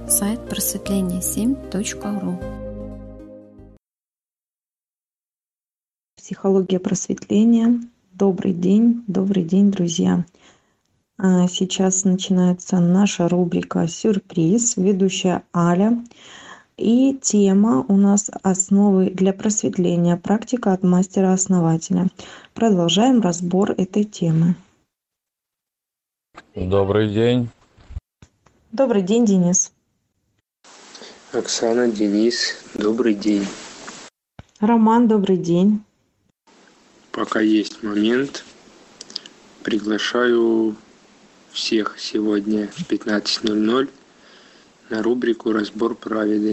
сайт просветление7.ру. Психология просветления. Добрый день, друзья. Сейчас начинается наша рубрика «Сюрприз», ведущая Аля. И тема у нас «Основы для просветления. Практика от мастера-основателя». Продолжаем разбор этой темы. Добрый день. Добрый день, Денис. Оксана, Денис, добрый день. Роман, добрый день. Пока есть момент, приглашаю всех сегодня в 15:00 на рубрику «Разбор праведный».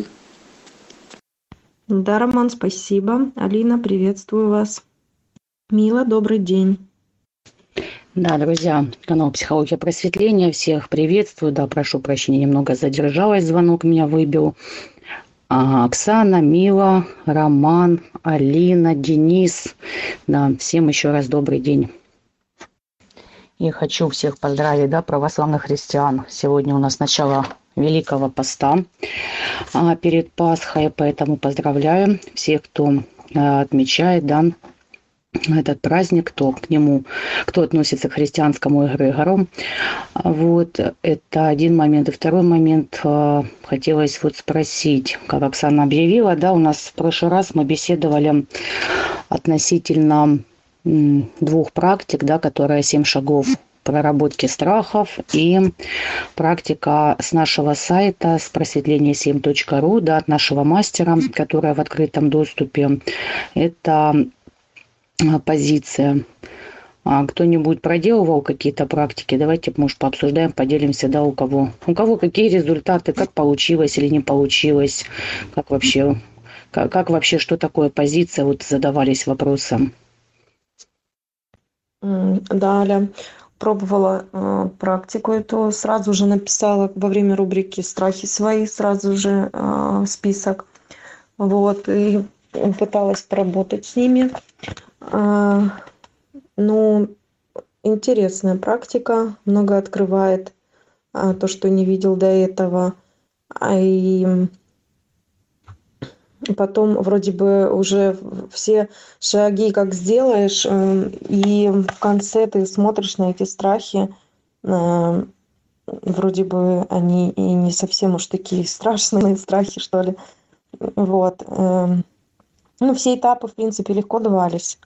Да, Роман, спасибо. Алина, приветствую вас. Мила, добрый день. Да, друзья, канал «Психология просветления». Всех приветствую. Да, прошу прощения, немного задержалась, звонок меня выбил. Оксана, Мила, Роман, Алина, Денис. Да, всем еще раз добрый день. И хочу всех поздравить, да, православных христиан. Сегодня у нас начало Великого Поста перед Пасхой, поэтому поздравляю всех, кто отмечает, да, этот праздник, кто относится к христианскому эгрегору. Вот, это один момент. И второй момент, хотелось вот спросить, как Оксана объявила, да, у нас в прошлый раз мы беседовали относительно двух практик, да, которые 7 шагов проработки страхов и практика с нашего сайта, с просветление7.ру, да, от нашего мастера, которая в открытом доступе. Это позиция. Кто-нибудь проделывал какие-то практики? Давайте, может, пообсуждаем, поделимся, да, у кого какие результаты, как получилось или не получилось, как вообще, что такое позиция, вот задавались вопросом. Да, Аля пробовала практику эту, сразу же написала во время рубрики «Страхи свои», сразу же список, вот, и пыталась поработать с ними. Ну, интересная практика, много открывает то, что не видел до этого. И потом вроде бы уже все шаги как сделаешь, и в конце ты смотришь на эти страхи, вроде бы они и не совсем уж такие страшные страхи, что ли. Вот. Ну, все этапы, в принципе, легко давались.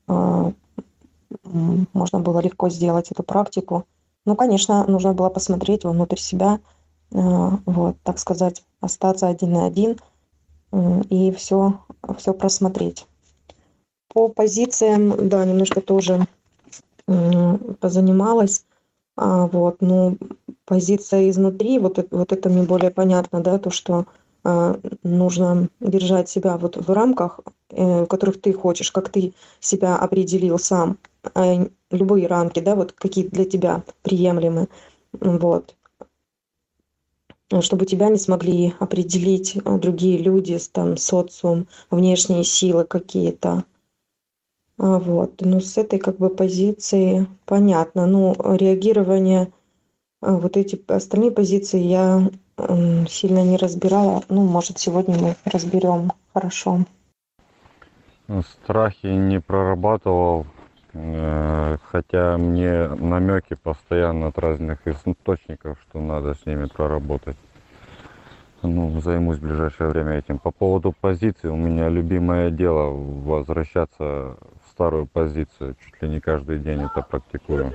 Можно было легко сделать эту практику. Ну, конечно, нужно было посмотреть внутрь себя, вот, так сказать, остаться один на один и все просмотреть. По позициям, да, немножко тоже позанималась. Вот, ну, позиция изнутри, вот это мне более понятно, да, то, что нужно держать себя вот в рамках, в которых ты хочешь, как ты себя определил сам, любые рамки, да, вот какие для тебя приемлемы, вот, чтобы тебя не смогли определить другие люди, там, социум, внешние силы какие-то, вот, ну, с этой как бы позиции понятно, ну, реагирование, вот эти остальные позиции я сильно не разбирала. Ну, может, сегодня мы разберем хорошо. Страхи не прорабатывал, хотя мне намеки постоянно от разных источников, что надо с ними проработать. Ну, займусь в ближайшее время этим. По поводу позиции, у меня любимое дело возвращаться в старую позицию. Чуть ли не каждый день это практикую.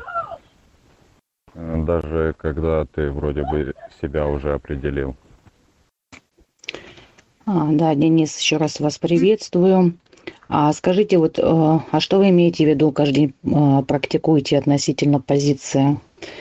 Даже когда ты вроде бы себя уже определил. Да, Денис, еще раз вас приветствую. Скажите, вот, что вы имеете в виду, каждый день практикуете относительно позиции?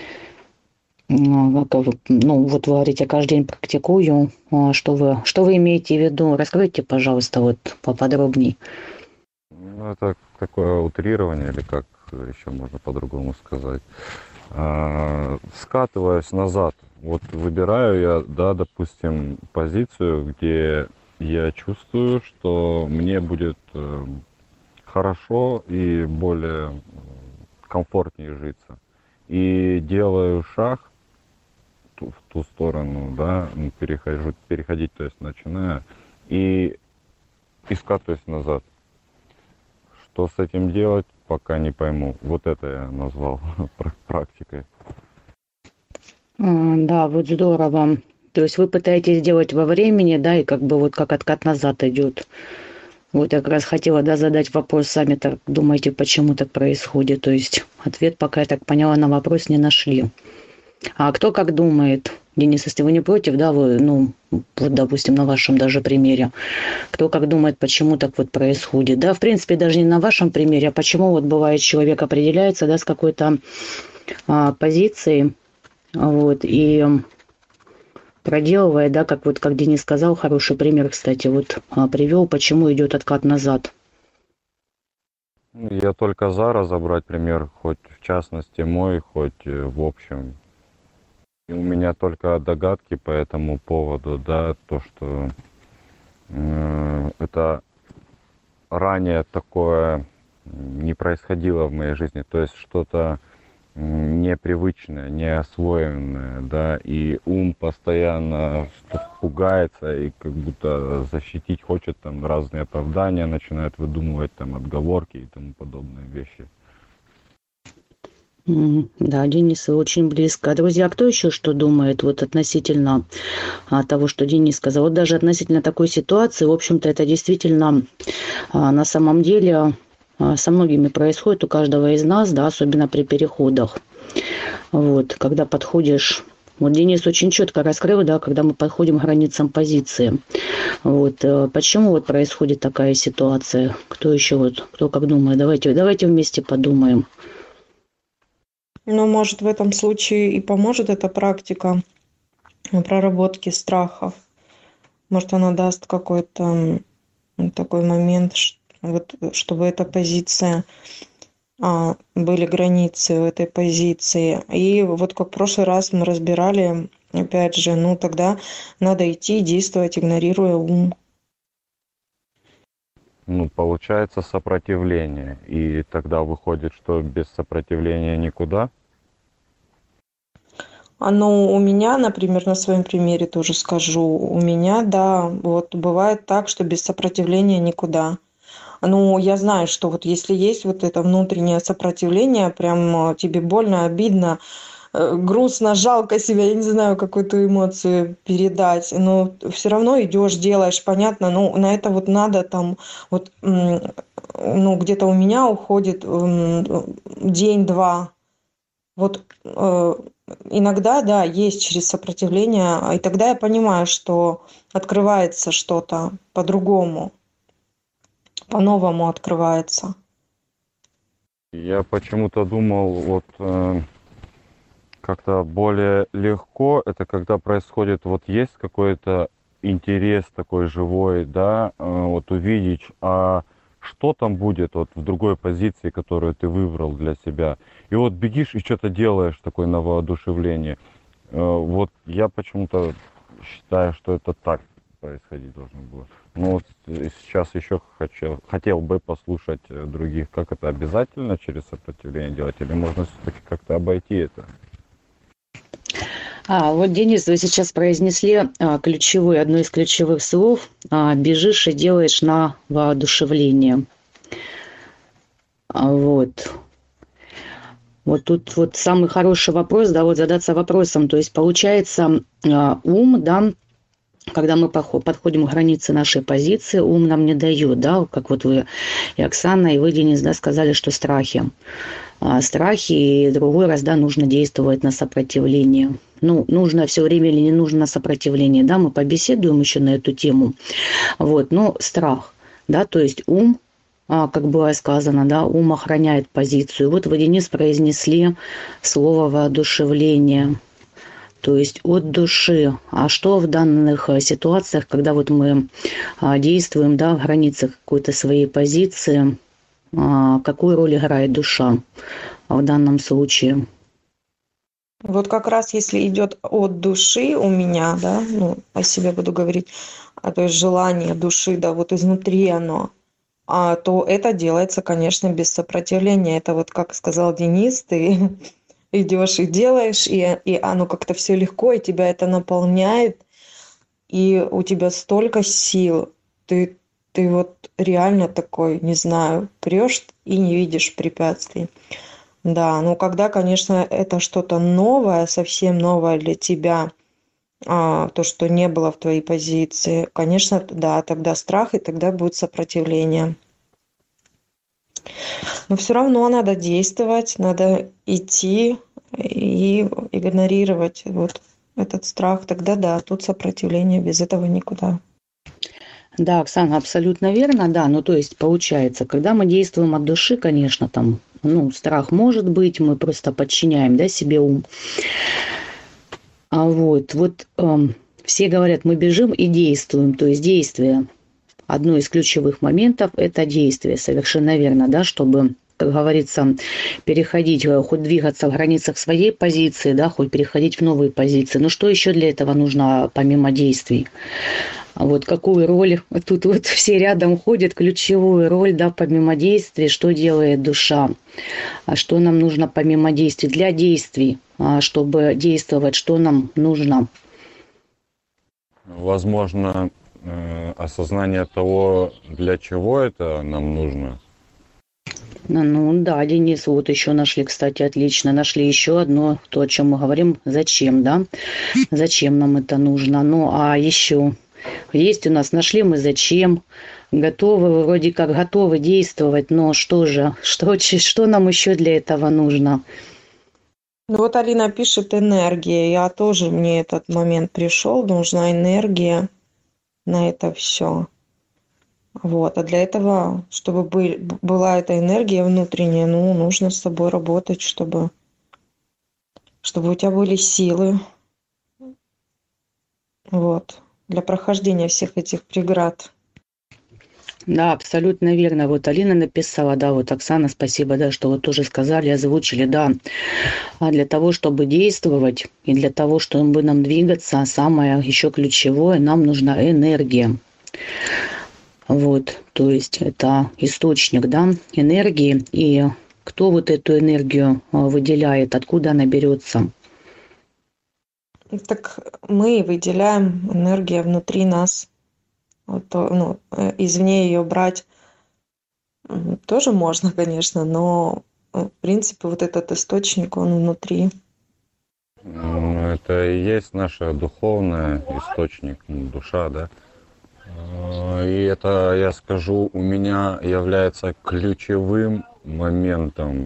Ну, вот вы говорите, каждый день практикую. Что вы имеете в виду? Расскажите, пожалуйста, вот поподробнее. Это такое утрирование, или как еще можно по-другому сказать. Скатываясь назад, вот выбираю я, да, допустим, позицию, где я чувствую, что мне будет хорошо и более комфортнее житься. И делаю шаг в ту сторону, да, переходить, то есть начинаю, и искать, то есть назад. Что с этим делать, пока не пойму. Вот это я назвал практикой. Да, вот здорово. То есть вы пытаетесь делать во времени, да, и как бы вот как откат назад идет. Вот я как раз хотела, да, задать вопрос, сами так думаете, почему так происходит. То есть ответ, пока я так поняла, на вопрос не нашли. А кто как думает? Денис, если вы не против, да, вы, ну, вот, допустим, на вашем даже примере, кто как думает, почему так вот происходит? Да, в принципе, даже не на вашем примере, а почему вот бывает человек определяется, да, с какой-то позицией, вот, и проделывая, да, как вот, как Денис сказал, хороший пример, кстати, вот привел, почему идет откат назад. Я только за разобрать пример, хоть в частности мой, хоть в общем. И у меня только догадки по этому поводу, да, то, что это ранее такое не происходило в моей жизни, то есть что-то непривычное, неосвоенное, да, и ум постоянно пугается и как будто защитить хочет, там разные оправдания начинает выдумывать, там отговорки и тому подобные вещи. Да, Денис, вы очень близко. Друзья, кто еще что думает вот относительно того, что Денис сказал? Вот даже относительно такой ситуации, в общем-то, это действительно на самом деле со многими происходит, у каждого из нас, да, особенно при переходах. Вот, когда подходишь... Вот Денис очень четко раскрыл, да, когда мы подходим к границам позиции. Вот, почему вот происходит такая ситуация? Кто еще вот, кто как думает? Давайте вместе подумаем. Ну, может, в этом случае и поможет эта практика проработки страхов. Может, она даст какой-то такой момент, вот, чтобы эта позиция, были границы у этой позиции. И вот как в прошлый раз мы разбирали, опять же, ну, тогда надо идти и действовать, игнорируя ум. Ну, получается сопротивление. И тогда выходит, что без сопротивления никуда. Ну, у меня, например, на своем примере тоже скажу, у меня, да, вот бывает так, что без сопротивления никуда. Ну, я знаю, что вот если есть вот это внутреннее сопротивление, прям тебе больно, обидно, грустно, жалко себя, я не знаю, какую-то эмоцию передать, но все равно идешь, делаешь, понятно, ну, на это вот надо там, вот, ну, где-то у меня уходит день-два, вот иногда, да, есть через сопротивление, и тогда я понимаю, что открывается что-то по-другому, по-новому открывается. Я почему-то думал, вот как-то более легко, это когда происходит, вот есть какой-то интерес такой живой, да, вот увидеть, а что там будет вот в другой позиции, которую ты выбрал для себя. И вот бегишь и что-то делаешь такое на воодушевление. Вот я почему-то считаю, что это так происходить должно было. Ну вот сейчас еще хотел бы послушать других, как это обязательно через сопротивление делать, или можно все-таки как-то обойти это. Вот, Денис, вы сейчас произнесли одно из ключевых слов «бежишь и делаешь на воодушевление». Вот. Вот тут вот самый хороший вопрос, да, вот задаться вопросом. То есть получается ум, да, когда мы подходим к границе нашей позиции, ум нам не дает, да, как вот вы и Оксана, и вы, Денис, да, сказали, что страхи. Страхи, и другой раз, да, нужно действовать на сопротивление. Ну, нужно все время или не нужно на сопротивление, да, мы побеседуем еще на эту тему. Вот, но страх, да, то есть ум, как было сказано, да, ум охраняет позицию. Вот вы, Денис, произнесли слово воодушевление. То есть от души. А что в данных ситуациях, когда вот мы действуем, да, в границах какой-то своей позиции, какую роль играет душа в данном случае? Вот как раз если идет от души у меня, да, ну, о себе буду говорить, то есть желание души, да, вот изнутри оно, то это делается, конечно, без сопротивления. Это вот, как сказал Денис, ты идешь и делаешь, и оно как-то все легко, и тебя это наполняет, и у тебя столько сил, ты вот реально такой, не знаю, прешь и не видишь препятствий. Да, ну когда, конечно, это что-то новое, совсем новое для тебя, то, что не было в твоей позиции, конечно, да, тогда страх, и тогда будет сопротивление. Но все равно надо действовать, надо идти и игнорировать вот этот страх. Тогда да, тут сопротивление, без этого никуда. Да, Оксана, абсолютно верно, да. Ну, то есть, получается, когда мы действуем от души, конечно, там, ну, страх может быть, мы просто подчиняем, да, себе ум. Все говорят, мы бежим и действуем, то есть действие. Одно из ключевых моментов – это действие, совершенно верно, да, чтобы, как говорится, переходить, хоть двигаться в границах своей позиции, да, хоть переходить в новые позиции. Но что еще для этого нужно помимо действий? Вот какую роль, тут вот все рядом ходят, ключевую роль, да, помимо действий, что делает душа, что нам нужно помимо действий, для действий, чтобы действовать, что нам нужно. Возможно, осознание того, для чего это нам нужно. Ну да, Денис, вот еще нашли, кстати, отлично, нашли еще одно, то, о чем мы говорим, зачем, да, зачем нам это нужно. Ну а еще есть у нас, нашли мы зачем, готовы, вроде как готовы действовать, но что же, что нам еще для этого нужно? Ну вот Алина пишет энергия. Я тоже, мне этот момент пришел, нужна энергия на это все. Вот. А для этого, чтобы была эта энергия внутренняя, ну, нужно с собой работать, чтобы у тебя были силы. Вот. Для прохождения всех этих преград. Да, абсолютно верно. Вот Алина написала, да, вот Оксана, спасибо, да, что вот тоже сказали, озвучили, да. А для того, чтобы действовать и для того, чтобы нам двигаться, самое еще ключевое, нам нужна энергия. Вот, то есть это источник, да, энергии. И кто вот эту энергию выделяет, откуда она берется? Так мы выделяем энергию внутри нас. Вот, ну, извне ее брать тоже можно, конечно, но в принципе вот этот источник, он внутри. Это и есть наша духовная источник, душа, да. И это, я скажу, у меня является ключевым моментом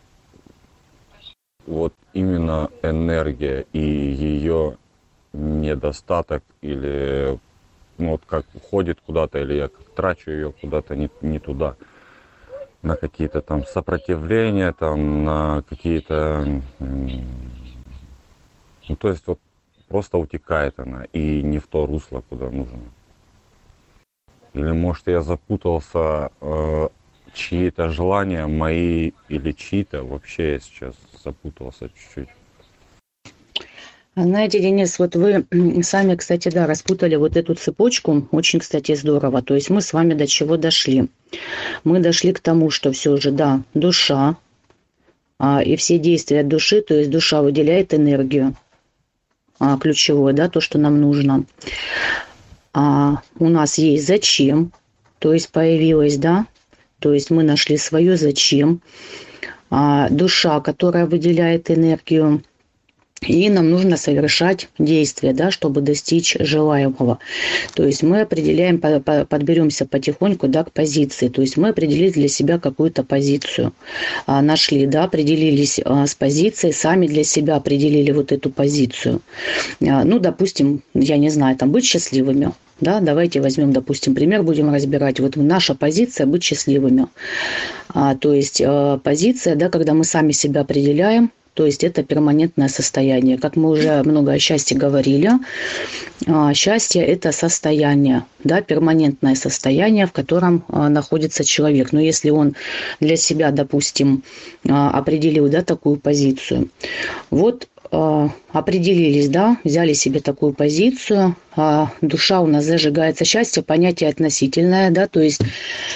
вот именно энергия и ее недостаток или ну, вот как уходит куда-то или я как трачу ее куда-то не туда, на какие-то там сопротивления, там на какие-то, ну то есть вот просто утекает она и не в то русло, куда нужно. Или может я запутался, чьи-то желания мои или чьи-то, вообще я сейчас запутался чуть-чуть. Знаете, Денис, вот вы сами, кстати, да, распутали вот эту цепочку, очень, кстати, здорово. То есть мы с вами до чего дошли? Мы дошли к тому, что все же, да, душа и все действия души, то есть душа выделяет энергию ключевое, да, то, что нам нужно. У нас есть зачем, то есть появилось, да, то есть мы нашли свое зачем. Душа, которая выделяет энергию, и нам нужно совершать действия, да, чтобы достичь желаемого. То есть мы определяем, подберемся потихоньку, да, к позиции. То есть мы определили для себя какую-то позицию. Нашли, да, определились с позицией, сами для себя определили вот эту позицию. Ну, допустим, я не знаю, там, быть счастливыми. Да, давайте возьмем, допустим, пример, будем разбирать. Вот наша позиция – быть счастливыми. То есть позиция, да, когда мы сами себя определяем, то есть это перманентное состояние. Как мы уже много о счастье говорили, счастье – это состояние, да, перманентное состояние, в котором находится человек. Но если он для себя, допустим, определил, да, такую позицию, вот определились, да, взяли себе такую позицию, душа у нас зажигается, счастье – понятие относительное, да, то есть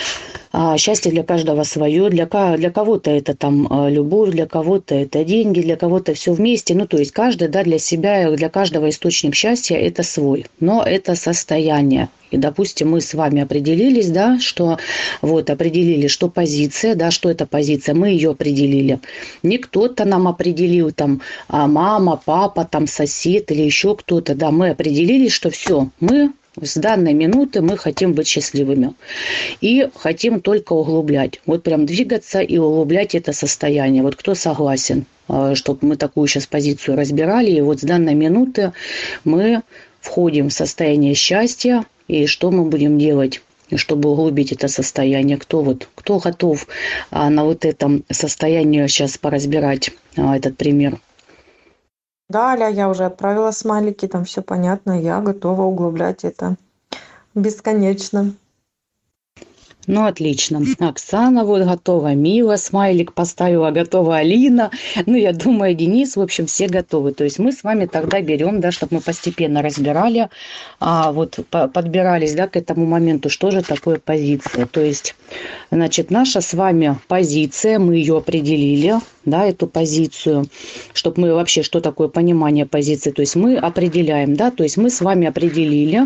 Счастье для каждого свое, для кого-то это там любовь, для кого-то это деньги, для кого-то все вместе. Ну, то есть каждый, да, для себя, для каждого источник счастья это свой. Но это состояние. И, допустим, мы с вами определились, да, что вот определили, что позиция, да, что это позиция, мы ее определили. Не кто-то нам определил, там, мама, папа, там, сосед или еще кто-то, да, мы определили, что все, мы с данной минуты мы хотим быть счастливыми. И хотим только углублять. Вот прям двигаться и углублять это состояние. Вот кто согласен, чтобы мы такую сейчас позицию разбирали. И вот с данной минуты мы входим в состояние счастья. И что мы будем делать, чтобы углубить это состояние? Кто готов на вот этом состоянии сейчас поразбирать этот пример? Да, Аля, я уже отправила смайлики, там все понятно, я готова углублять это бесконечно. Ну, отлично. Оксана вот готова, Мила смайлик поставила, готова Алина. Ну, я думаю, Денис, в общем, все готовы. То есть мы с вами тогда берем, да, чтобы мы постепенно разбирали, подбирались, да, к этому моменту, что же такое позиция. То есть, значит, наша с вами позиция, мы ее определили, да, эту позицию, чтобы мы вообще, что такое понимание позиции. То есть мы определяем, да, то есть мы с вами определили,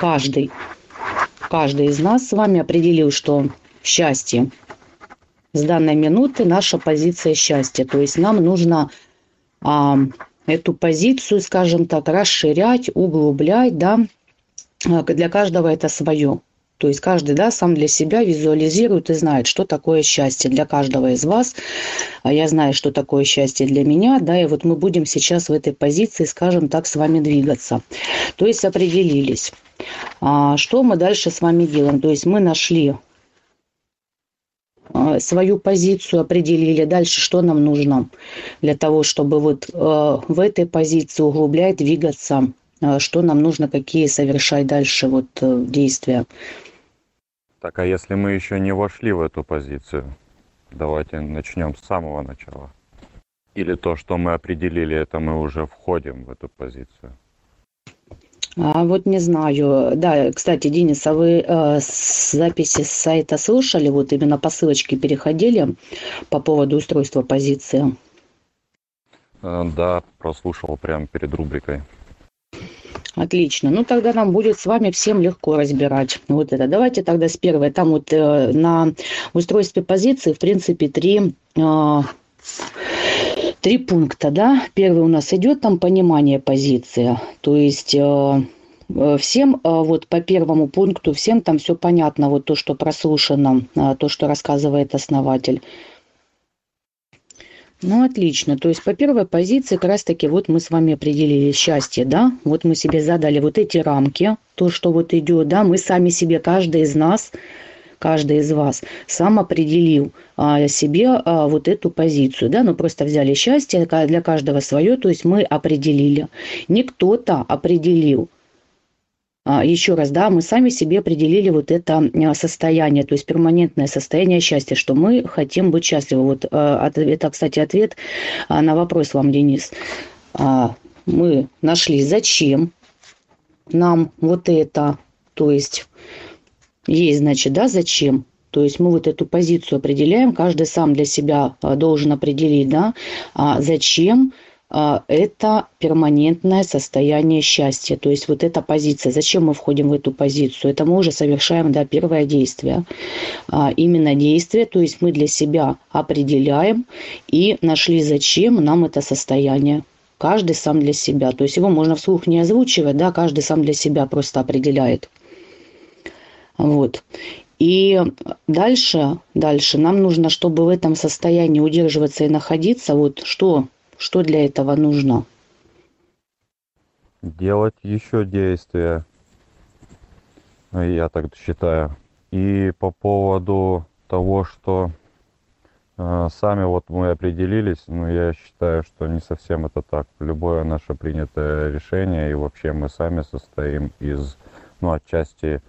каждый из нас с вами определил, что счастье с данной минуты наша позиция счастья. То есть нам нужно эту позицию, скажем так, расширять, углублять, да, для каждого это свое. То есть каждый, да, сам для себя визуализирует и знает, что такое счастье для каждого из вас. А я знаю, что такое счастье для меня, да, и вот мы будем сейчас в этой позиции, скажем так, с вами двигаться. То есть определились. Что мы дальше с вами делаем? То есть мы нашли свою позицию, определили. Дальше что нам нужно для того, чтобы вот в этой позиции углублять, двигаться? Что нам нужно, какие совершать дальше вот действия? Так, а если мы еще не вошли в эту позицию, давайте начнем с самого начала. Или то, что мы определили, это мы уже входим в эту позицию? Вот не знаю. Да, кстати, Денис, а вы записи с сайта слушали? Вот именно по ссылочке переходили по поводу устройства позиции? Да, прослушал прямо перед рубрикой. Отлично. Ну, тогда нам будет с вами всем легко разбирать вот это. Давайте тогда с первой. Там вот на устройстве позиции, в принципе, три пункта, да. Первый у нас идет там понимание позиции. То есть всем вот по первому пункту, всем там все понятно, вот то, что прослушано, то, что рассказывает основатель. Ну, отлично. То есть по первой позиции как раз-таки вот мы с вами определили счастье, да. Вот мы себе задали вот эти рамки, то, что вот идет, да. Мы сами себе, каждый из нас, каждый из вас сам определил себе вот эту позицию, да. Ну, просто взяли счастье, для каждого свое, то есть мы определили. Не кто-то определил. Еще раз, да, мы сами себе определили вот это состояние, то есть перманентное состояние счастья, что мы хотим быть счастливы. Вот это, кстати, ответ на вопрос вам, Денис. Мы нашли, зачем нам вот это, то есть, значит, да, зачем. То есть мы вот эту позицию определяем, каждый сам для себя должен определить, да, зачем это перманентное состояние счастья. То есть вот эта позиция. Зачем мы входим в эту позицию? Это мы уже совершаем, да, первое действие. Именно действие, то есть мы для себя определяем и нашли, зачем нам это состояние. Каждый сам для себя. То есть его можно вслух не озвучивать, да, каждый сам для себя просто определяет. Вот. И дальше нам нужно, чтобы в этом состоянии удерживаться и находиться, вот что для этого нужно? Делать еще действия, я так считаю. И по поводу того, что сами вот мы определились, но я считаю, что не совсем это так. Любое наше принятое решение, и вообще мы сами состоим из, отчасти,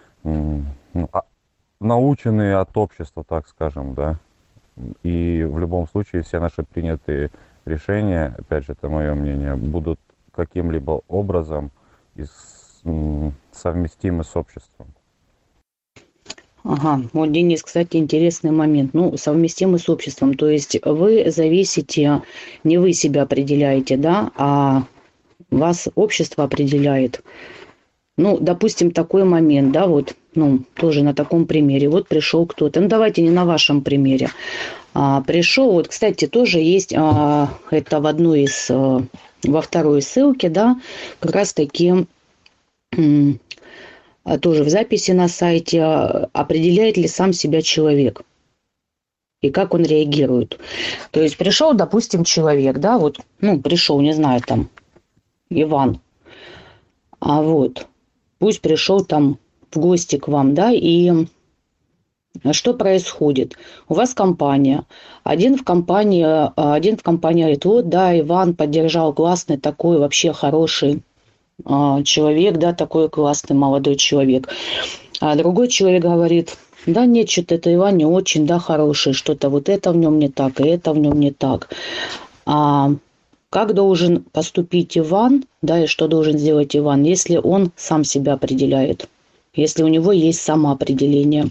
наученные от общества, так скажем, да. И в любом случае все наши принятые решения, опять же, это мое мнение, будут каким-либо образом совместимы с обществом. Ага, вот, Денис, кстати, интересный момент. Ну, совместимый с обществом. То есть вы зависите, не вы себя определяете, да, а вас общество определяет. Ну, допустим, такой момент, да, вот, ну, тоже на таком примере. Вот пришел кто-то, ну, давайте не на вашем примере. Пришел, вот, кстати, тоже есть, это в одной из, во второй ссылке, да, как раз-таки тоже в записи на сайте, определяет ли сам себя человек и как он реагирует. То есть пришел, допустим, человек, да, вот, ну, пришел, не знаю, там, Иван, вот, пусть пришел там в гости к вам, да, и что происходит? У вас компания. Один в компании говорит, вот, да, Иван поддержал, классный такой, вообще хороший человек, да, такой классный молодой человек. А другой человек говорит, да нет, что-то это Иван не очень, да, хороший, что-то вот это в нем не так, и это в нем не так. Как должен поступить Иван, да, и что должен сделать Иван, если он сам себя определяет, если у него есть самоопределение?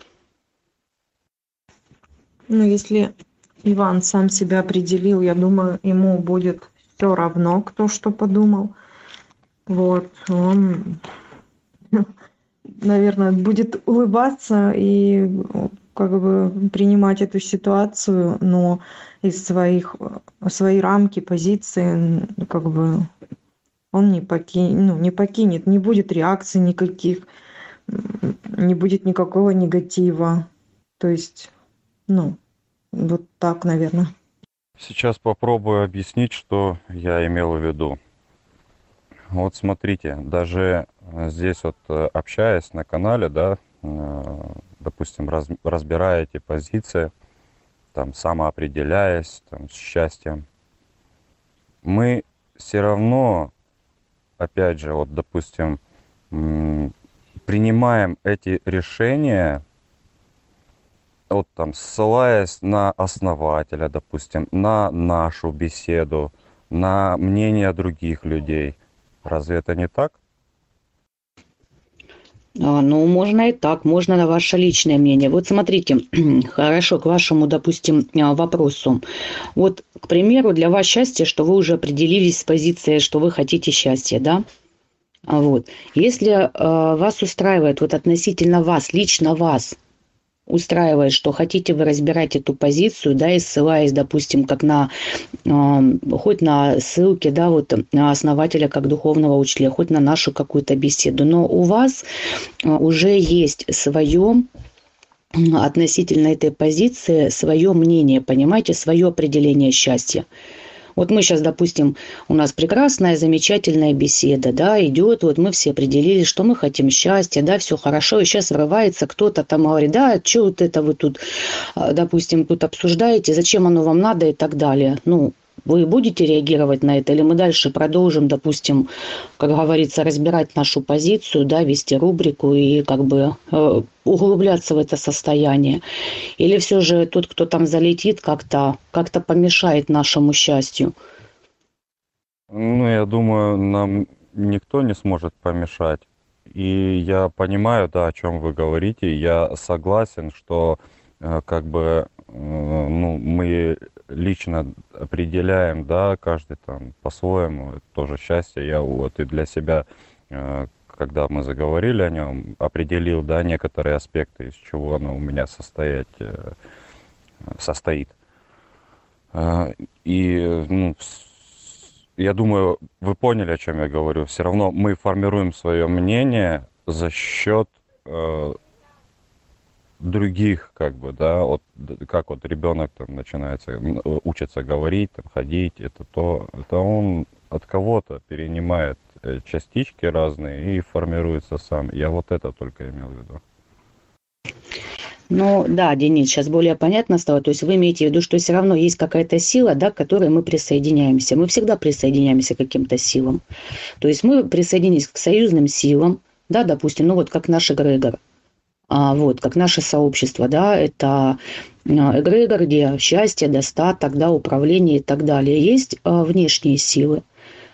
Ну, если Иван сам себя определил, я думаю, ему будет все равно, кто что подумал. Вот, он, наверное, будет улыбаться и как бы принимать эту ситуацию, но из своей рамки, позиции, как бы он не покинет, не будет реакций никаких, не будет никакого негатива. То есть, ну, вот так, наверное. Сейчас попробую объяснить, что я имел в виду. Вот смотрите, даже здесь вот общаясь на канале, да, допустим, разбирая эти позиции, там, самоопределяясь, там, с счастьем, мы все равно, опять же, вот, допустим, принимаем эти решения, вот там, ссылаясь на основателя, допустим, на нашу беседу, на мнение других людей. Разве это не так? Ну, можно и так, можно на ваше личное мнение. Вот смотрите, хорошо, к вашему, допустим, вопросу. Вот, к примеру, для вас счастье, что вы уже определились с позицией, что вы хотите счастья, да? Вот. Если вас устраивает, вот относительно вас, лично вас, устраивает, что хотите вы разбирать эту позицию, да, и ссылаясь, допустим, как на, хоть на ссылки, да, вот на основателя как духовного учителя, хоть на нашу какую-то беседу, но у вас уже есть свое относительно этой позиции, свое мнение, понимаете, свое определение счастья. Вот мы сейчас, допустим, у нас прекрасная, замечательная беседа, да, идет, вот мы все определились, что мы хотим счастья, да, все хорошо, и сейчас врывается кто-то там говорит, да, что вот это вы тут, допустим, тут обсуждаете, зачем оно вам надо и так далее. Ну, вы будете реагировать на это, или мы дальше продолжим, допустим, как говорится, разбирать нашу позицию, да, вести рубрику и как бы углубляться в это состояние? Или все же тот, кто там залетит, как-то помешает нашему счастью? Ну, я думаю, нам никто не сможет помешать. И я понимаю, да, о чем вы говорите. Я согласен, что как бы ну, мы лично определяем, да, каждый там по-своему, это тоже счастье. Я вот и для себя, когда мы заговорили о нем, определил, да, некоторые аспекты, из чего оно у меня состоит. И, ну, я думаю, вы поняли, о чем я говорю. Все равно мы формируем свое мнение за счет других, как бы, да, вот как вот ребенок там начинается, учится говорить, там, ходить, это он от кого-то перенимает частички разные и формируется сам. Я вот это только имел в виду. Ну да, Денис, сейчас более понятно стало. То есть вы имеете в виду, что все равно есть какая-то сила, да, к которой мы присоединяемся. Мы всегда присоединяемся к каким-то силам. То есть мы присоединились к союзным силам, да, допустим, ну вот как наш эгрегор. Вот, как наше сообщество, да, это эгрегор, где счастье, достаток, да, управление и так далее. Есть внешние силы.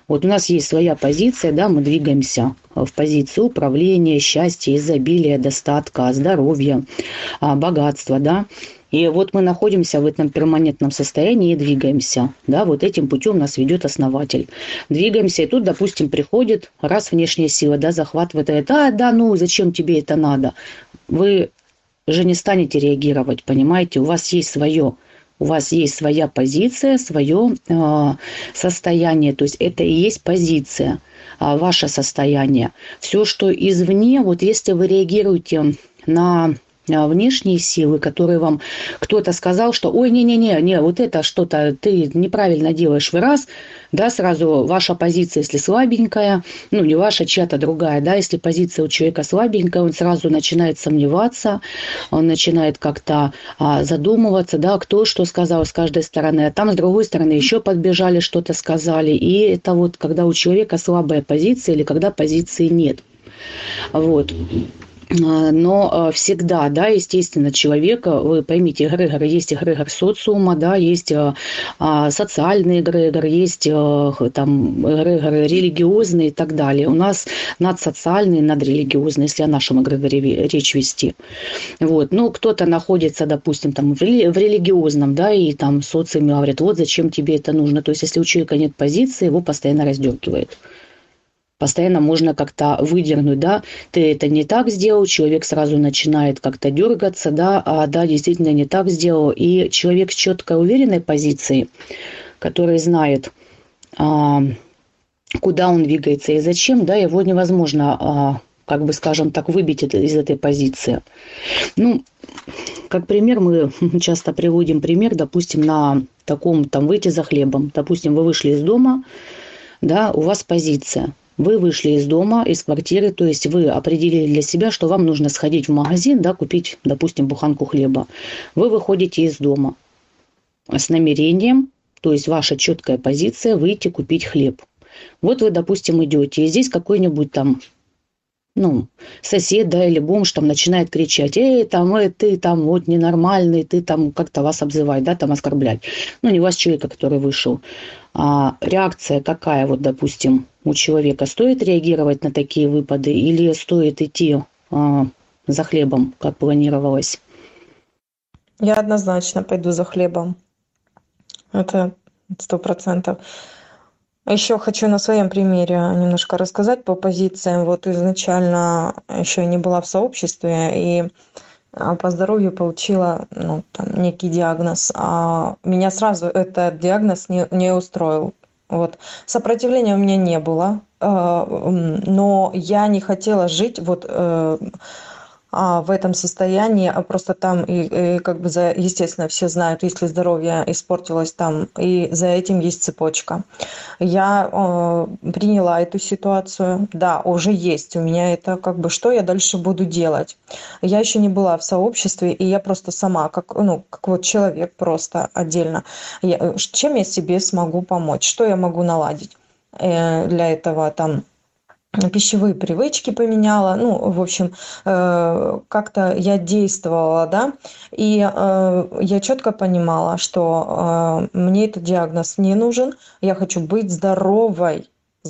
Вот у нас есть своя позиция, да, мы двигаемся в позицию управления, счастья, изобилия, достатка, здоровья, богатства, да. И вот мы находимся в этом перманентном состоянии и двигаемся. Да, вот этим путем нас ведет основатель. Двигаемся, и тут, допустим, приходит раз внешняя сила, да, захватывает, да, ну, зачем тебе это надо? Вы же не станете реагировать, понимаете? У вас есть своя позиция, свое состояние. То есть это и есть позиция, ваше состояние. Все, что извне, вот если вы реагируете на внешние силы, которые вам кто-то сказал, что ой, не, вот это что-то ты неправильно делаешь, вы раз, да, сразу ваша позиция, если слабенькая, ну, не ваша, чья-то другая, да, если позиция у человека слабенькая, он сразу начинает сомневаться, он начинает как-то задумываться, да, кто что сказал с каждой стороны, а там с другой стороны еще подбежали, что-то сказали, и это вот когда у человека слабая позиция или когда позиции нет. Вот. Но всегда, да, естественно, человека, вы поймите, эгрегор, есть эгрегор социума, да, есть социальный эгрегор, есть там эгрегоры религиозные и так далее. У нас надсоциальный, надрелигиозный, если о нашем эгрегоре речь вести. Вот. Ну, кто-то находится, допустим, там в религиозном, да, и там социуме говорят, вот зачем тебе это нужно. То есть, если у человека нет позиции, его постоянно раздергивает. Постоянно можно как-то выдернуть, да, ты это не так сделал, человек сразу начинает как-то дергаться, да, действительно не так сделал. И человек с четкой уверенной позицией, который знает, куда он двигается и зачем, да, его невозможно, как бы, скажем так, выбить из этой позиции. Ну, как пример, мы часто приводим пример, допустим, на таком, там, выйти за хлебом. Допустим, вы вышли из дома, да, у вас позиция. Вы вышли из дома, из квартиры, то есть вы определили для себя, что вам нужно сходить в магазин, да, купить, допустим, буханку хлеба. Вы выходите из дома с намерением, то есть ваша четкая позиция, выйти купить хлеб. Вот вы, допустим, идете, и здесь какой-нибудь там, ну, сосед, да, или бомж там начинает кричать, ты там вот ненормальный, ты там как-то вас обзывать, да, там оскорблять. Ну, не вас, человека, который вышел. Реакция какая, вот, допустим, у человека? Стоит реагировать на такие выпады или стоит идти за хлебом, как планировалось? Я однозначно пойду за хлебом. Это 100%. Еще хочу на своем примере немножко рассказать по позициям. Вот изначально еще не была в сообществе и по здоровью получила, ну, там, некий диагноз. А меня сразу этот диагноз не устроил. Вот. Сопротивления у меня не было, но я не хотела жить вот в этом состоянии, просто там и как бы естественно, все знают, если здоровье испортилось там, и за этим есть цепочка. Я приняла эту ситуацию, да, уже есть у меня это, как бы, что я дальше буду делать. Я еще не была в сообществе, и я просто сама, как вот человек просто отдельно, чем я себе смогу помочь, что я могу наладить для этого там. Пищевые привычки поменяла, ну, в общем, как-то я действовала, да, и я четко понимала, что мне этот диагноз не нужен, я хочу быть здоровой.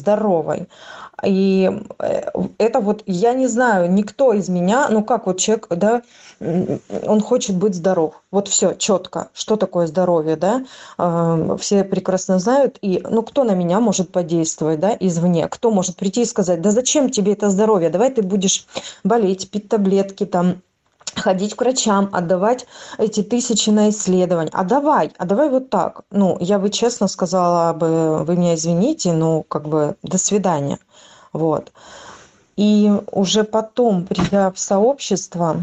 И это вот, я не знаю, никто из меня, ну как вот человек, да, он хочет быть здоров. Вот все, четко. Что такое здоровье, да? Все прекрасно знают. И, ну, кто на меня может подействовать, да, извне? Кто может прийти и сказать, да зачем тебе это здоровье? Давай ты будешь болеть, пить таблетки, там, ходить к врачам, отдавать эти 1000 на исследования. А давай вот так. Ну, я бы честно сказала бы, вы меня извините, ну, как бы, до свидания. Вот. И уже потом, придя в сообщество,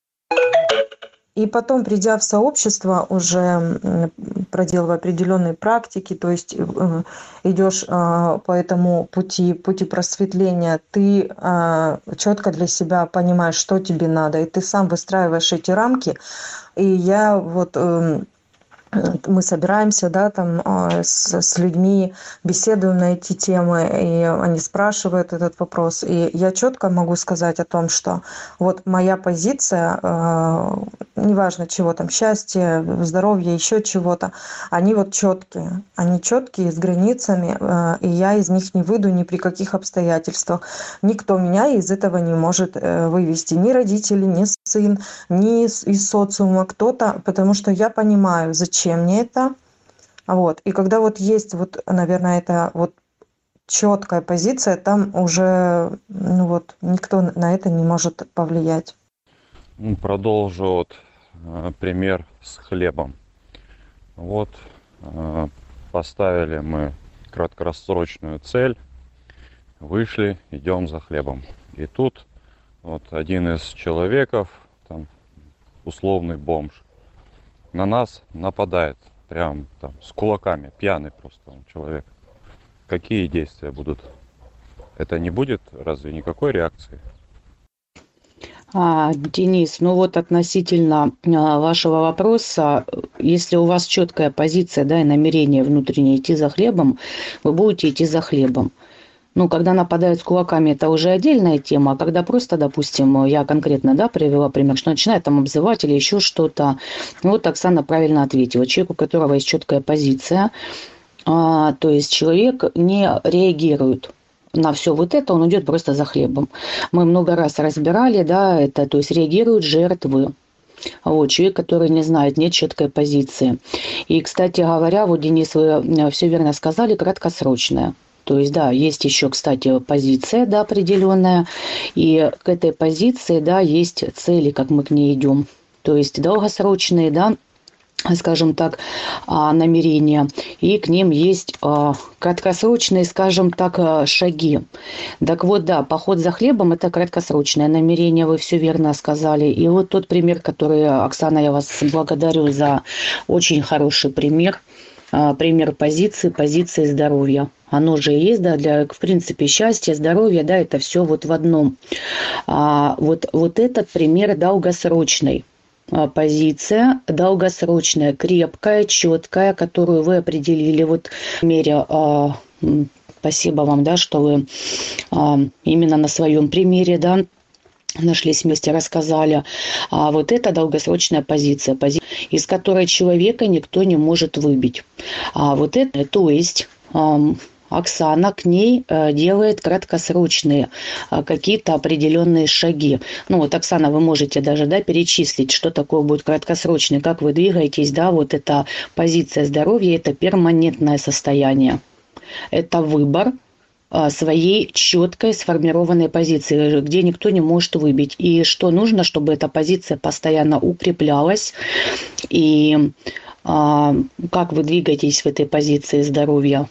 уже проделывая определенные практики, то есть идешь по этому пути просветления, ты четко для себя понимаешь, что тебе надо, и ты сам выстраиваешь эти рамки. И я вот мы собираемся, да, там с людьми, беседуем на эти темы, и они спрашивают этот вопрос. И я четко могу сказать о том, что вот моя позиция, неважно чего там, счастье, здоровье, еще чего-то, они вот четкие. Они четкие, с границами, и я из них не выйду ни при каких обстоятельствах. Никто меня из этого не может вывести. Ни родители, ни сын, ни из социума кто-то, потому что я понимаю, зачем мне это. Вот. И когда вот есть, вот, наверное, это вот четкая позиция, там уже ну вот, никто на это не может повлиять. Продолжу вот пример с хлебом. Вот поставили мы краткосрочную цель, вышли, идем за хлебом. И тут вот один из человеков, там условный бомж, на нас нападает, прям там с кулаками, пьяный просто он человек. Какие действия будут? Это не будет разве никакой реакции? Денис, ну вот относительно вашего вопроса, если у вас четкая позиция, да, и намерение внутреннее идти за хлебом, вы будете идти за хлебом. Ну, когда нападают с кулаками, это уже отдельная тема, а когда просто, допустим, я конкретно, да, привела пример, что начинает там обзывать или еще что-то, ну, вот Оксана правильно ответила. Человек, у которого есть четкая позиция, то есть человек не реагирует на все вот это, он идет просто за хлебом. Мы много раз разбирали, да, это, то есть реагируют жертвы. Вот, человек, который не знает, нет четкой позиции. И, кстати говоря, вот, Денис, вы все верно сказали, краткосрочная. То есть, да, есть еще, кстати, позиция, да, определенная, и к этой позиции, да, есть цели, как мы к ней идем. То есть долгосрочные, да, скажем так, намерения, и к ним есть краткосрочные, скажем так, шаги. Так вот, да, поход за хлебом – это краткосрочное намерение, вы все верно сказали. И вот тот пример, который, Оксана, я вас благодарю за очень хороший пример, пример позиции здоровья. Оно же и есть, да, для, в принципе, счастья, здоровья, да, это все вот в одном. Вот этот пример долгосрочный. Позиция долгосрочная, крепкая, четкая, которую вы определили вот в мере. Спасибо вам, да, что вы именно на своем примере, да, нашлись вместе, рассказали. Вот это долгосрочная позиция, из которой человека никто не может выбить. Вот это, то есть Оксана к ней делает краткосрочные какие-то определенные шаги. Ну вот, Оксана, вы можете даже, да, перечислить, что такое будет краткосрочный, как вы двигаетесь, да, вот эта позиция здоровья, это перманентное состояние. Это выбор своей четкой сформированной позиции, где никто не может выбить. И что нужно, чтобы эта позиция постоянно укреплялась. И как вы двигаетесь в этой позиции здоровья?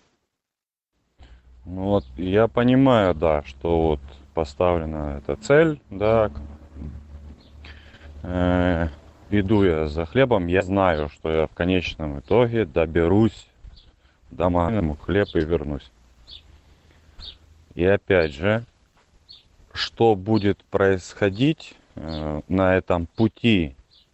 Ну вот я понимаю, да, что вот поставлена эта цель, да, иду я за хлебом, я знаю, что я в конечном итоге доберусь до магазина, хлеб и вернусь. И опять же, что будет происходить на этом пути?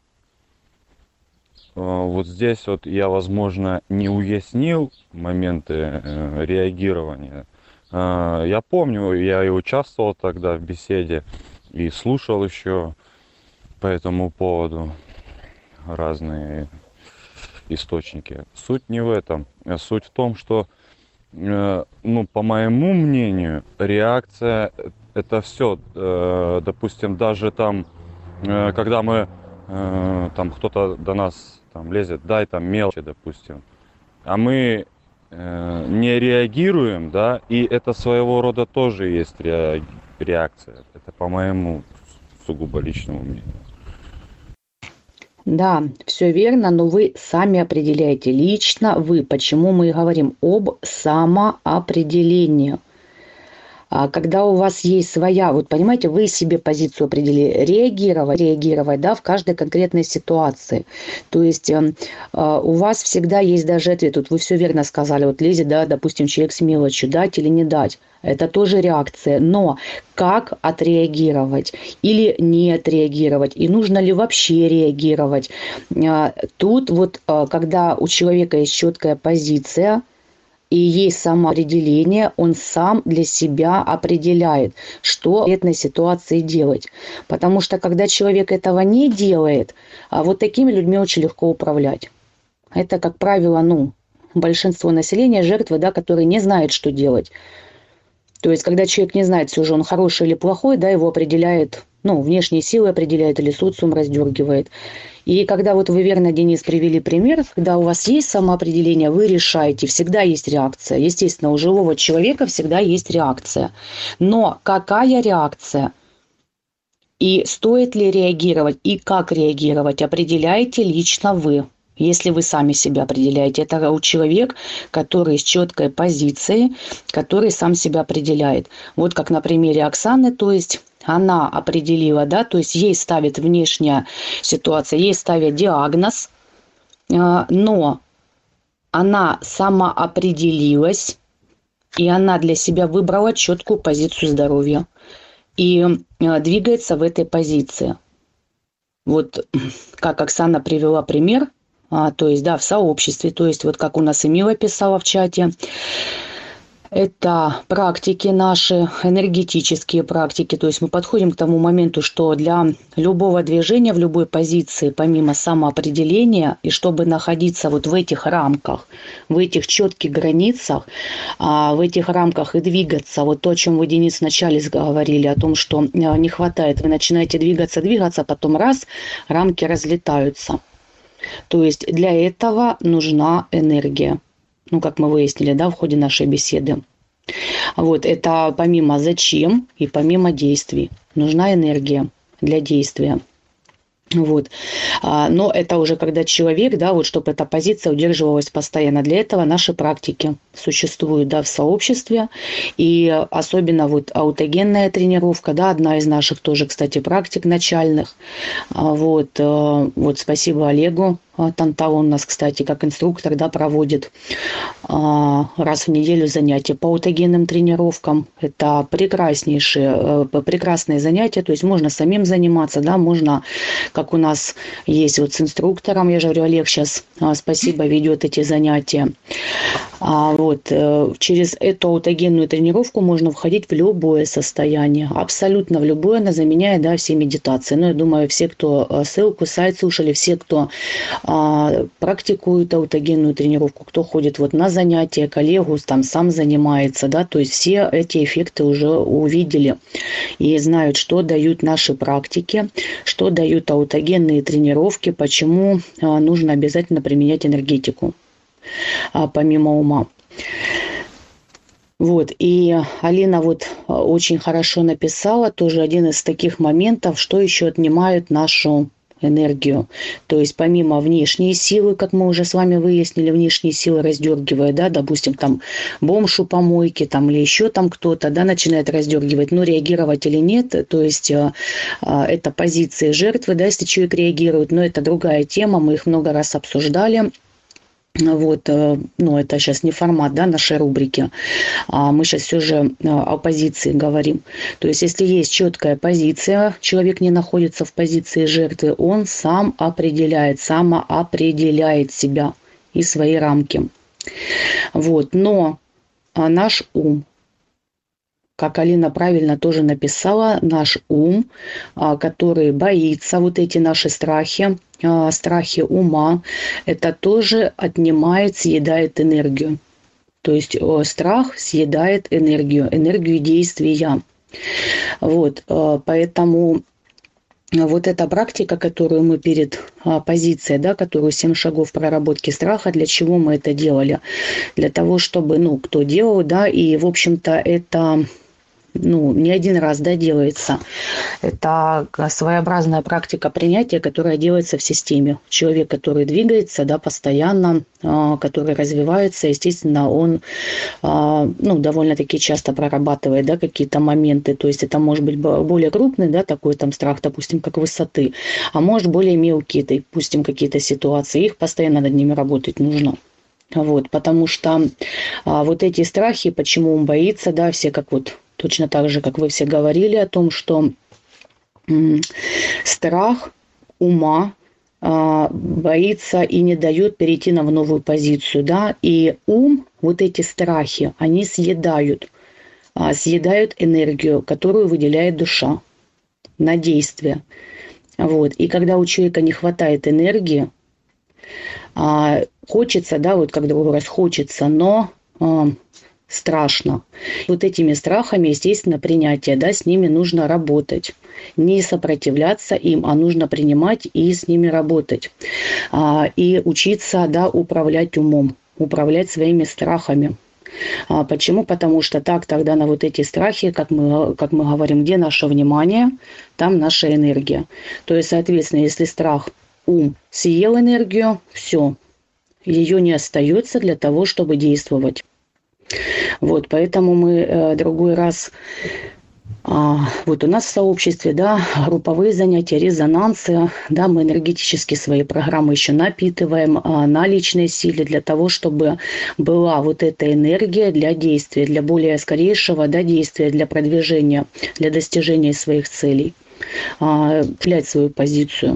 Вот здесь вот я, возможно, не уяснил моменты реагирования. Я помню, я и участвовал тогда в беседе, и слушал еще по этому поводу разные источники. Суть не в этом. Суть в том, что, ну, по моему мнению, реакция – это все. Допустим, даже там, когда мы, там кто-то до нас там лезет, дай там мелочи, допустим, а мы не реагируем, да, и это своего рода тоже есть реакция. Это по моему сугубо личному мнению. Да, все верно, но вы сами определяете, лично вы, почему мы и говорим об самоопределении. Когда у вас есть своя, вот понимаете, вы себе позицию определили, реагировать, да, в каждой конкретной ситуации. То есть у вас всегда есть даже ответ. Вот вы все верно сказали, вот лезет, да, допустим, человек с мелочью, дать или не дать. Это тоже реакция. Но как отреагировать или не отреагировать? И нужно ли вообще реагировать? Тут вот, когда у человека есть четкая позиция, и есть самоопределение, он сам для себя определяет, что в конкретной ситуации делать. Потому что когда человек этого не делает, вот такими людьми очень легко управлять. Это, как правило, большинство населения жертвы, да, которые не знают, что делать. То есть, когда человек не знает, все же он хороший или плохой, да, его определяет, внешние силы определяет или социум раздергивает. И когда вот вы верно, Денис, привели пример, когда у вас есть самоопределение, вы решаете, всегда есть реакция. Естественно, у живого человека всегда есть реакция. Но какая реакция? И стоит ли реагировать, и как реагировать, определяете лично вы. Если вы сами себя определяете, это человек, который с четкой позицией, который сам себя определяет. Вот как на примере Оксаны, то есть она определила, да, то есть ей ставит внешняя ситуация, ей ставят диагноз, но она сама определилась, и она для себя выбрала четкую позицию здоровья и двигается в этой позиции. Вот как Оксана привела пример, то есть, да, в сообществе, то есть, вот как у нас и Мила писала в чате, это практики наши, энергетические практики, то есть мы подходим к тому моменту, что для любого движения в любой позиции, помимо самоопределения, и чтобы находиться вот в этих рамках, в этих четких границах, в этих рамках и двигаться, вот то, о чем вы, Денис, вначале говорили, о том, что не хватает, вы начинаете двигаться, потом раз, рамки разлетаются. То есть для этого нужна энергия. Как мы выяснили, да, в ходе нашей беседы. Вот это помимо зачем и помимо действий. Нужна энергия для действия. Вот. Но это уже когда человек, да, вот чтобы эта позиция удерживалась постоянно. Для этого наши практики существуют, да, в сообществе. И особенно вот аутогенная тренировка, да, одна из наших тоже, кстати, практик начальных. Вот спасибо Олегу. Тантал у нас, кстати, как инструктор, да, проводит раз в неделю занятия по аутогенным тренировкам. Это прекрасные занятия, то есть можно самим заниматься, да, можно, как у нас есть вот с инструктором, я же говорю, Олег сейчас, спасибо, ведет эти занятия. Через эту аутогенную тренировку можно входить в любое состояние, абсолютно в любое, она заменяет, да, все медитации. Но я думаю, все, кто ссылку, сайт слушали, все, кто практикует аутогенную тренировку, кто ходит вот на занятия, коллегу, там сам занимается, да, то есть все эти эффекты уже увидели и знают, что дают наши практики, что дают аутогенные тренировки, почему нужно обязательно применять энергетику помимо ума. Вот, и Алина вот очень хорошо написала, тоже один из таких моментов, что еще отнимают нашу энергию. То есть помимо внешней силы, как мы уже с вами выяснили, внешние силы раздергивают, да, допустим, там бомж у помойки, там или еще там кто-то, да, начинает раздергивать, но реагировать или нет, то есть это позиции жертвы, да, если человек реагирует, но это другая тема, мы их много раз обсуждали. Вот, это сейчас не формат, да, нашей рубрики. Мы сейчас все же о позиции говорим. То есть, если есть четкая позиция, человек не находится в позиции жертвы, он сам самоопределяет себя и свои рамки. Вот, но наш ум, как Алина правильно тоже написала, наш ум, который боится, вот эти наши страхи ума, это тоже отнимает, съедает энергию. То есть страх съедает энергию действия. Вот, поэтому вот эта практика, которую мы перед позицией, да, которую 7 шагов проработки страха, для чего мы это делали? Для того, чтобы, кто делал, да, и, в общем-то, это не один раз, да, делается. Это своеобразная практика принятия, которая делается в системе. Человек, который двигается, да, постоянно, который развивается, естественно, он, довольно-таки часто прорабатывает, да, какие-то моменты. То есть это может быть более крупный, да, такой там страх, допустим, как высоты, а может более мелкие, допустим, какие-то ситуации. Их постоянно над ними работать нужно. Вот, потому что вот эти страхи, почему он боится, да, все как вот точно так же, как вы все говорили о том, что страх ума боится и не дает перейти на новую позицию, да, и ум, вот эти страхи, они съедают энергию, которую выделяет душа на действие. Вот, и когда у человека не хватает энергии, хочется, да, вот как другой раз хочется, но страшно. Вот этими страхами, естественно, принятие, да, с ними нужно работать. Не сопротивляться им, а нужно принимать и с ними работать. И учиться, да, управлять умом, управлять своими страхами. Почему? Потому что так тогда на вот эти страхи, как мы говорим, где наше внимание, там наша энергия. То есть, соответственно, если страх, ум съел энергию, все, ее не остается для того, чтобы действовать. Вот, поэтому мы другой раз, вот у нас в сообществе, да, групповые занятия, резонансы, да, мы энергетически свои программы еще напитываем на личной силе для того, чтобы была вот эта энергия для действия, для более скорейшего, да, действия, для продвижения, для достижения своих целей, взять свою позицию.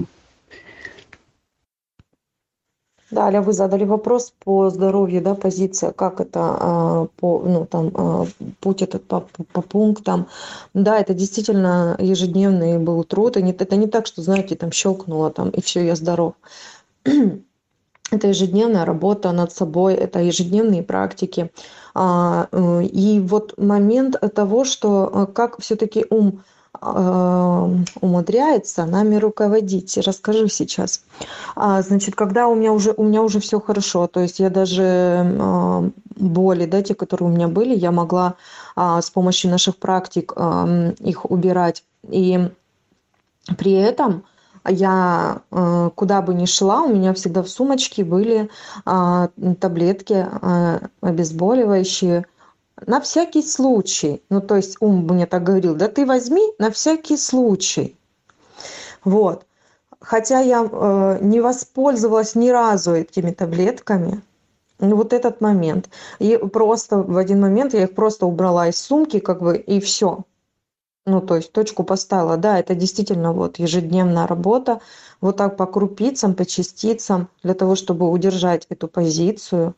Да, Аля, вы задали вопрос по здоровью, да, позиция, как это путь этот по пунктам. Да, это действительно ежедневный был труд. Это не так, что, знаете, там щелкнуло там и все, я здоров. Это ежедневная работа над собой, это ежедневные практики. И вот момент того, что как все-таки ум умудряется нами руководить. Расскажу сейчас. Значит, когда у меня уже все хорошо, то есть я даже боли, да, те, которые у меня были, я могла с помощью наших практик их убирать. И при этом я куда бы ни шла, у меня всегда в сумочке были таблетки обезболивающие, на всякий случай. Ну, то есть ум мне так говорил, да ты возьми на всякий случай. Вот. Хотя я не воспользовалась ни разу этими таблетками. Ну, вот этот момент. И просто в один момент я их просто убрала из сумки, как бы, и все. Ну, то есть точку поставила. Да, это действительно вот ежедневная работа. Вот так по крупицам, по частицам, для того, чтобы удержать эту позицию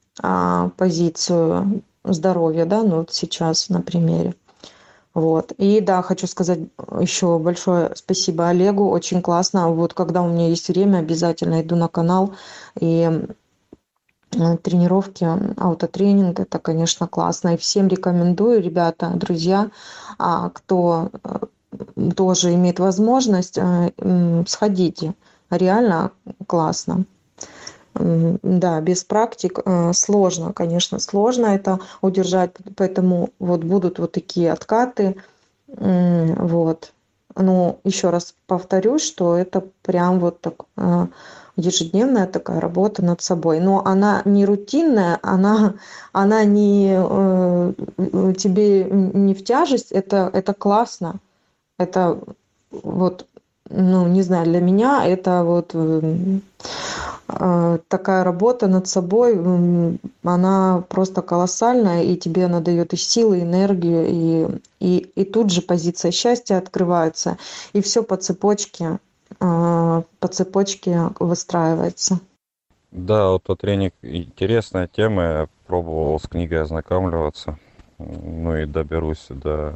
здоровья, да, ну вот сейчас на примере. Вот. И да, хочу сказать еще большое спасибо Олегу, очень классно. Вот когда у меня есть время, обязательно иду на канал. И тренировки, аутотренинг, это, конечно, классно. И всем рекомендую, ребята, друзья, кто тоже имеет возможность, сходите. Реально классно. Да, без практик сложно, конечно, сложно это удержать, поэтому вот будут вот такие откаты, вот. Но еще раз повторюсь, что это прям вот так ежедневная такая работа над собой, но она не рутинная, она не тебе не в тяжесть, это классно, это вот, ну не знаю, для меня это вот такая работа над собой, она просто колоссальная, и тебе она дает и силы, и энергию, и тут же позиция счастья открывается, и все по цепочке выстраивается. Да, аутотренинг интересная тема, я пробовал с книгой ознакомливаться, ну и доберусь до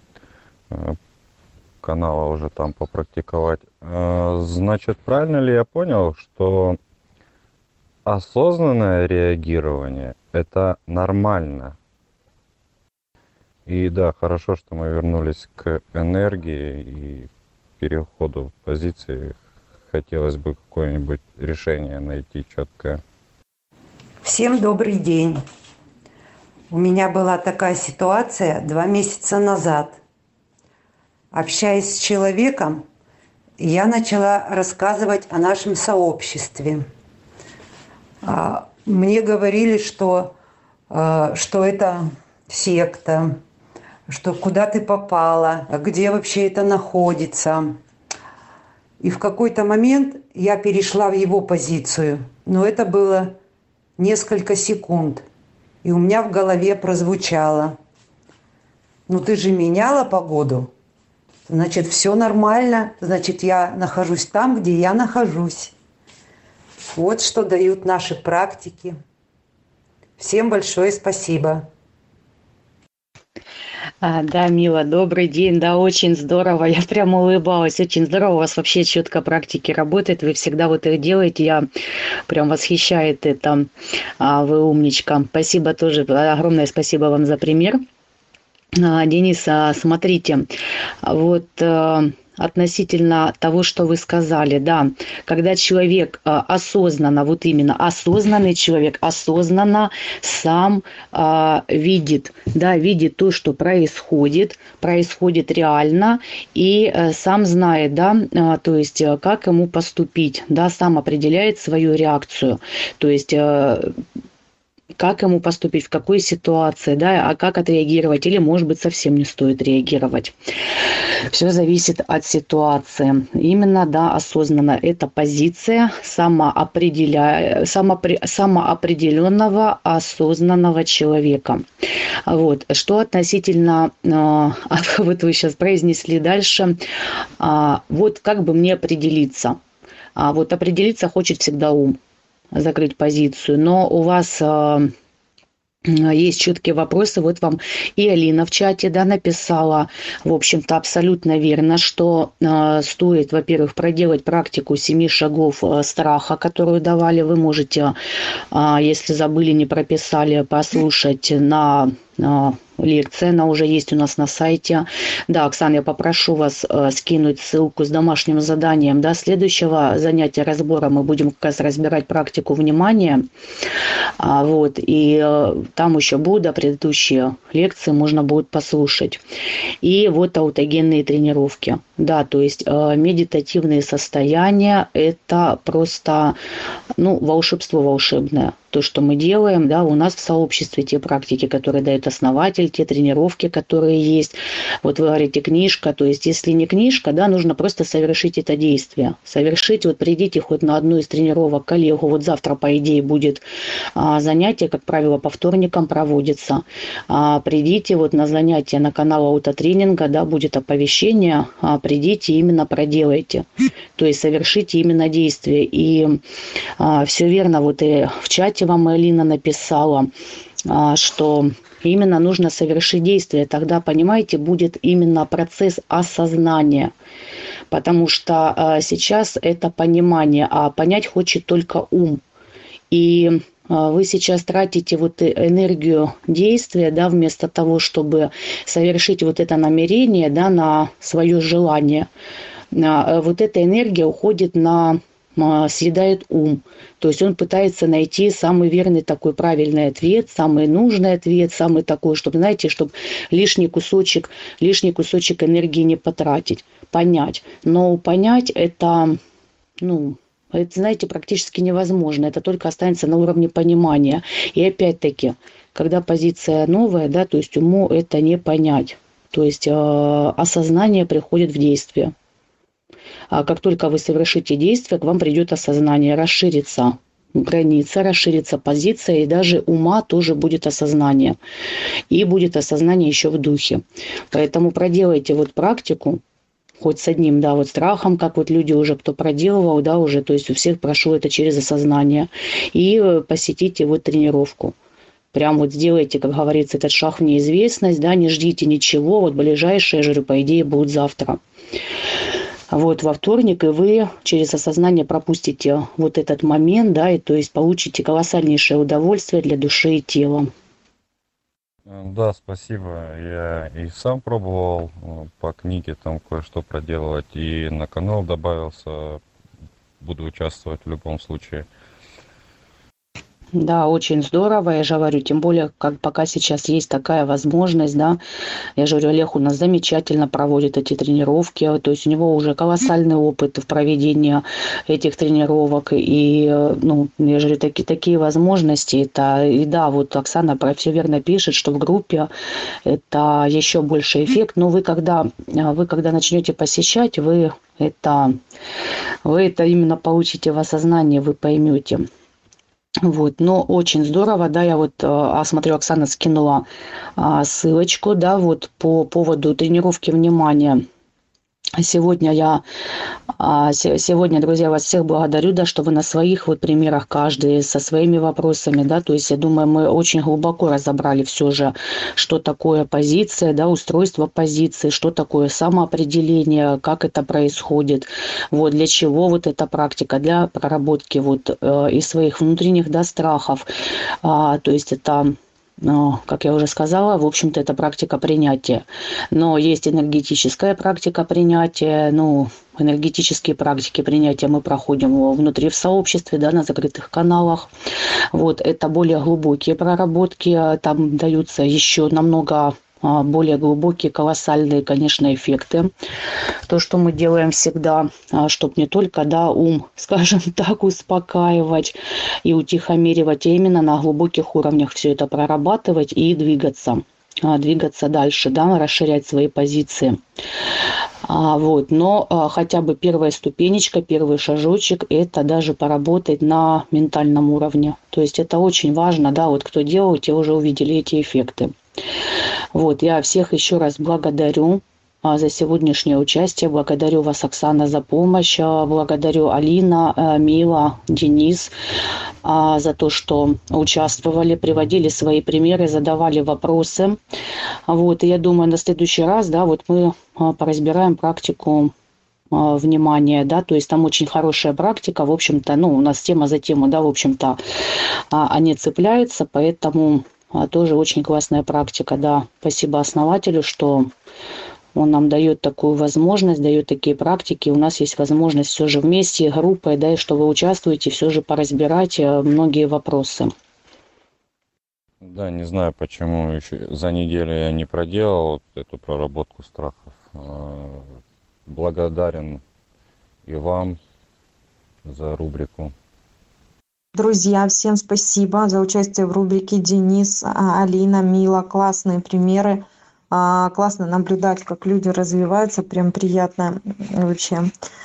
канала уже там попрактиковать. Значит, правильно ли я понял, что осознанное реагирование – это нормально? И да, хорошо, что мы вернулись к энергии и переходу в позиции. Хотелось бы какое-нибудь решение найти четкое. Всем добрый день. У меня была такая ситуация 2 месяца назад. Общаясь с человеком, я начала рассказывать о нашем сообществе. Мне говорили, что это секта, что куда ты попала, где вообще это находится. И в какой-то момент я перешла в его позицию, но это было несколько секунд. И у меня в голове прозвучало: ну ты же меняла погоду, значит все нормально, значит я нахожусь там, где я нахожусь. Вот что дают наши практики. Всем большое спасибо. Да, Мила, добрый день, да, очень здорово, я прям улыбалась, очень здорово, у вас вообще четко практики работают, вы всегда вот их делаете, я прям восхищает это, вы умничка, спасибо тоже, огромное спасибо вам за пример. Денис, смотрите, вот относительно того, что вы сказали, да, когда человек осознанно, вот именно осознанный человек, осознанно сам видит, да, видит то, что происходит реально, и сам знает, да, то есть как ему поступить, да, сам определяет свою реакцию, то есть как ему поступить, в какой ситуации, да, а как отреагировать, или, может быть, совсем не стоит реагировать. Все зависит от ситуации. Именно, да, осознанно. Это позиция самоопределенного, осознанного человека. Вот. Что относительно, вот вы сейчас произнесли дальше, вот как бы мне определиться. Вот определиться хочет всегда ум, закрыть позицию, но у вас есть четкие вопросы, вот вам и Алина в чате, да, написала, в общем-то, абсолютно верно, что стоит, во-первых, проделать практику 7 шагов страха, которую давали, вы можете, если забыли, не прописали, послушать на лекция, она уже есть у нас на сайте. Да, Оксана, я попрошу вас скинуть ссылку с домашним заданием. Да, следующего занятия разбора мы будем как раз разбирать практику внимания. Вот, и там еще будут предыдущие лекции, можно будет послушать. И вот аутогенные тренировки. Да, то есть медитативные состояния – это просто, волшебство волшебное. То, что мы делаем, да, у нас в сообществе те практики, которые дает основатель, те тренировки, которые есть. Вот вы говорите, книжка, то есть если не книжка, да, нужно просто совершить это действие. Совершить, вот придите хоть на одну из тренировок коллегу, вот завтра, по идее, будет занятие, как правило, по вторникам проводится. Придите вот на занятие на канал аутотренинга, да, будет оповещение, придите, именно проделайте. То есть совершите именно действие. И все верно, вот и в чате вам Алина написала, что именно нужно совершить действие. Тогда, понимаете, будет именно процесс осознания. Потому что сейчас это понимание, а понять хочет только ум. И вы сейчас тратите вот энергию действия, да, вместо того, чтобы совершить вот это намерение, да, на свое желание. Вот эта энергия уходит съедает ум. То есть он пытается найти самый верный такой правильный ответ, самый нужный ответ, самый такой, чтобы, знаете, чтобы лишний кусочек энергии не потратить, понять. Но понять это, это, знаете, практически невозможно. Это только останется на уровне понимания. И опять-таки, когда позиция новая, да, то есть уму это не понять. То есть осознание приходит в действие. А как только вы совершите действие, к вам придет осознание, расширится граница, расширится позиция, и даже ума тоже будет осознание. И будет осознание еще в духе. Поэтому проделайте вот практику, хоть с одним, да, вот страхом, как вот люди уже, кто проделывал, да, уже, то есть у всех прошло это через осознание. И посетите вот тренировку. Прям вот сделайте, как говорится, этот шаг в неизвестность, да, не ждите ничего, вот ближайшие, я говорю, по идее, будут завтра. Вот во вторник, и вы через осознание пропустите вот этот момент, да, и то есть получите колоссальнейшее удовольствие для души и тела. Да, спасибо. Я и сам пробовал по книге там кое-что проделывать, и на канал добавился, буду участвовать в любом случае. Да, очень здорово, я же говорю, тем более, как пока сейчас есть такая возможность, да, я же говорю, Олег у нас замечательно проводит эти тренировки, то есть у него уже колоссальный опыт в проведении этих тренировок, и, ну, я же говорю, такие возможности, это, и да, вот Оксана про все верно пишет, что в группе это еще больше эффект, но вы когда начнете посещать, вы это именно получите в осознании, вы поймете. Вот, но очень здорово, да, я вот смотрю, Оксана скинула ссылочку, да, вот по поводу тренировки внимания. Сегодня, друзья, вас всех благодарю, да, что вы на своих вот примерах, каждый со своими вопросами, да, то есть я думаю, мы очень глубоко разобрали все же, что такое позиция, да, устройство позиции, что такое самоопределение, как это происходит, вот, для чего вот эта практика, для проработки вот и своих внутренних, да, страхов, то есть это... Но, как я уже сказала, в общем-то, это практика принятия. Но есть энергетическая практика принятия. Ну, энергетические практики принятия мы проходим внутри в сообществе, да, на закрытых каналах. Вот, это более глубокие проработки. Там даются еще намного более глубокие, колоссальные, конечно, эффекты. То, что мы делаем всегда, чтобы не только, да, ум, скажем так, успокаивать и утихомиривать, а именно на глубоких уровнях все это прорабатывать и двигаться дальше, да, расширять свои позиции. Вот, но хотя бы первая ступенечка, первый шажочек, это даже поработать на ментальном уровне. То есть это очень важно, да, вот кто делал, те уже увидели эти эффекты. Вот, я всех еще раз благодарю за сегодняшнее участие. Благодарю вас, Оксана, за помощь. Благодарю Алина, Мила, Денис за то, что участвовали, приводили свои примеры, задавали вопросы. Вот, и я думаю, на следующий раз, да, вот мы поразбираем практику внимания, да, то есть там очень хорошая практика, в общем-то, ну, у нас тема за тему, да, в общем-то, они цепляются, поэтому тоже очень классная практика, да. Спасибо основателю, что он нам дает такую возможность, дает такие практики. У нас есть возможность все же вместе, группой, да, и что вы участвуете, все же поразбирать многие вопросы. Да, не знаю, почему еще за неделю я не проделал эту проработку страхов. Благодарен и вам за рубрику. Друзья, всем спасибо за участие в рубрике. Денис, Алина, Мила, классные примеры. Классно наблюдать, как люди развиваются, прям приятно вообще.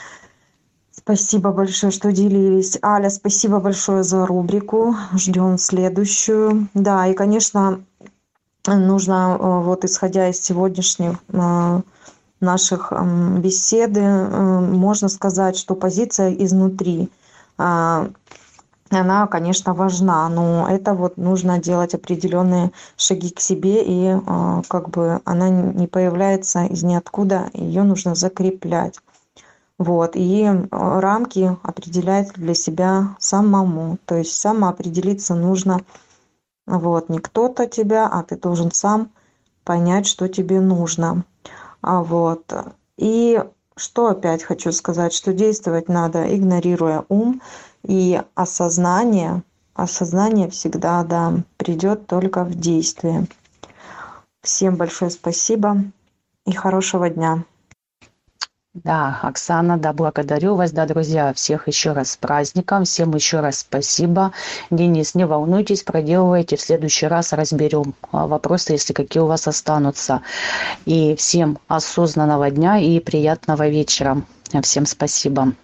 Спасибо большое, что делились. Аля, спасибо большое за рубрику. Ждем следующую. Да, и, конечно, нужно, вот исходя из сегодняшних наших беседы, можно сказать, что позиция изнутри, она, конечно, важна, но это вот нужно делать определенные шаги к себе, и как бы она не появляется из ниоткуда, ее нужно закреплять. Вот, и рамки определять для себя самому, то есть самоопределиться нужно, вот, не кто-то тебя, а ты должен сам понять, что тебе нужно. Вот, и что опять хочу сказать, что действовать надо, игнорируя ум, и осознание всегда, да, придет только в действие. Всем большое спасибо и хорошего дня. Да, Оксана, да, благодарю вас, да, друзья, всех еще раз с праздником, всем еще раз спасибо. Денис, не волнуйтесь, проделывайте, в следующий раз разберем вопросы, если какие у вас останутся. И всем осознанного дня и приятного вечера. Всем спасибо.